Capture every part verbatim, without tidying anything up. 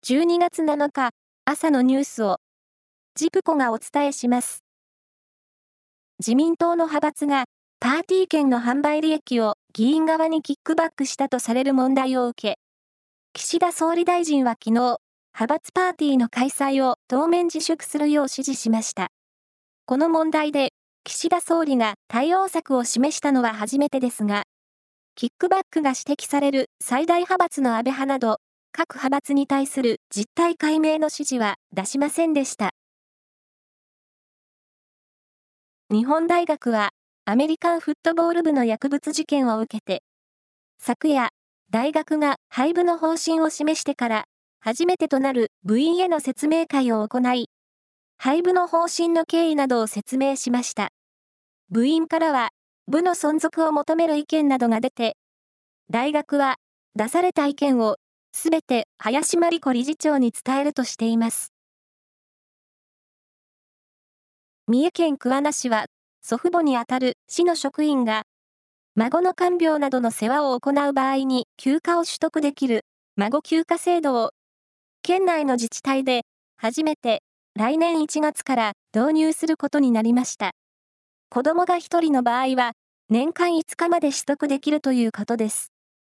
じゅうにがつなのか、朝のニュースを、ジプコがお伝えします。自民党の派閥が、パーティー券の販売利益を議員側にキックバックしたとされる問題を受け、岸田総理大臣は昨日、派閥パーティーの開催を当面自粛するよう指示しました。この問題で、岸田総理が対応策を示したのは初めてですが、キックバックが指摘される最大派閥の安倍派など、各派閥に対する実態解明の指示は出しませんでした。日本大学は、アメリカンフットボール部の薬物事件を受けて、昨夜、大学が廃部の方針を示してから、初めてとなる部員への説明会を行い、廃部の方針の経緯などを説明しました。部員からは、部の存続を求める意見などが出て、大学は、出された意見を、すべて林真理子理事長に伝えるとしています。三重県桑名市は、祖父母にあたる市の職員が、孫の看病などの世話を行う場合に休暇を取得できる孫休暇制度を、県内の自治体で初めて来年いちがつから導入することになりました。子供がひとりの場合は、年間いつかまで取得できるということです。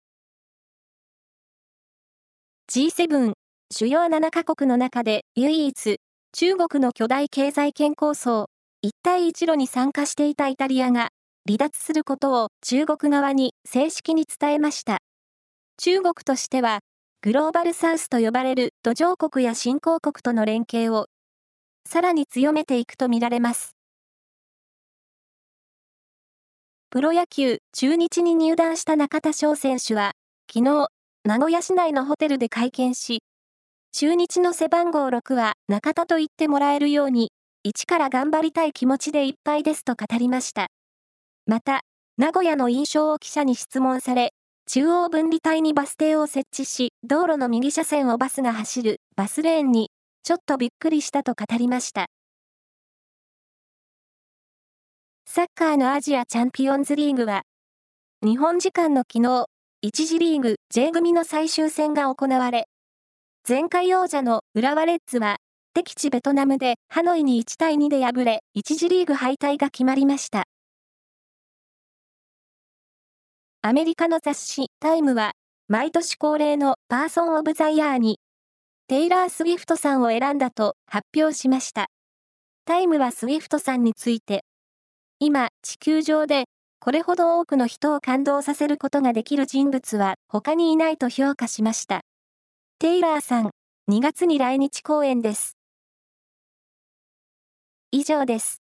ジーセブン、主要ななカ国の中で唯一、中国の巨大経済圏構想、一帯一路に参加していたイタリアが、離脱することを中国側に正式に伝えました。中国としては、グローバルサウスと呼ばれる途上国や新興国との連携を、さらに強めていくとみられます。プロ野球、中日に入団した中田翔選手は、昨日、名古屋市内のホテルで会見し、中日の背番号ろくは中田と言ってもらえるように、一から頑張りたい気持ちでいっぱいですと語りました。また、名古屋の印象を記者に質問され、中央分離帯にバス停を設置し、道路の右車線をバスが走るバスレーンに、ちょっとびっくりしたと語りました。サッカーのアジアチャンピオンズリーグは、日本時間の昨日、一次リーグ J 組の最終戦が行われ、前回王者の浦和レッズは、敵地ベトナムでハノイにいちたいにで敗れ、一次リーグ敗退が決まりました。アメリカの雑誌タイムは、毎年恒例のパーソン・オブ・ザ・イヤーに、テイラー・スウィフトさんを選んだと発表しました。タイムはスウィフトさんについて、今、地球上で、これほど多くの人を感動させることができる人物は他にいないと評価しました。テイラーさん、にがつに来日公演です。以上です。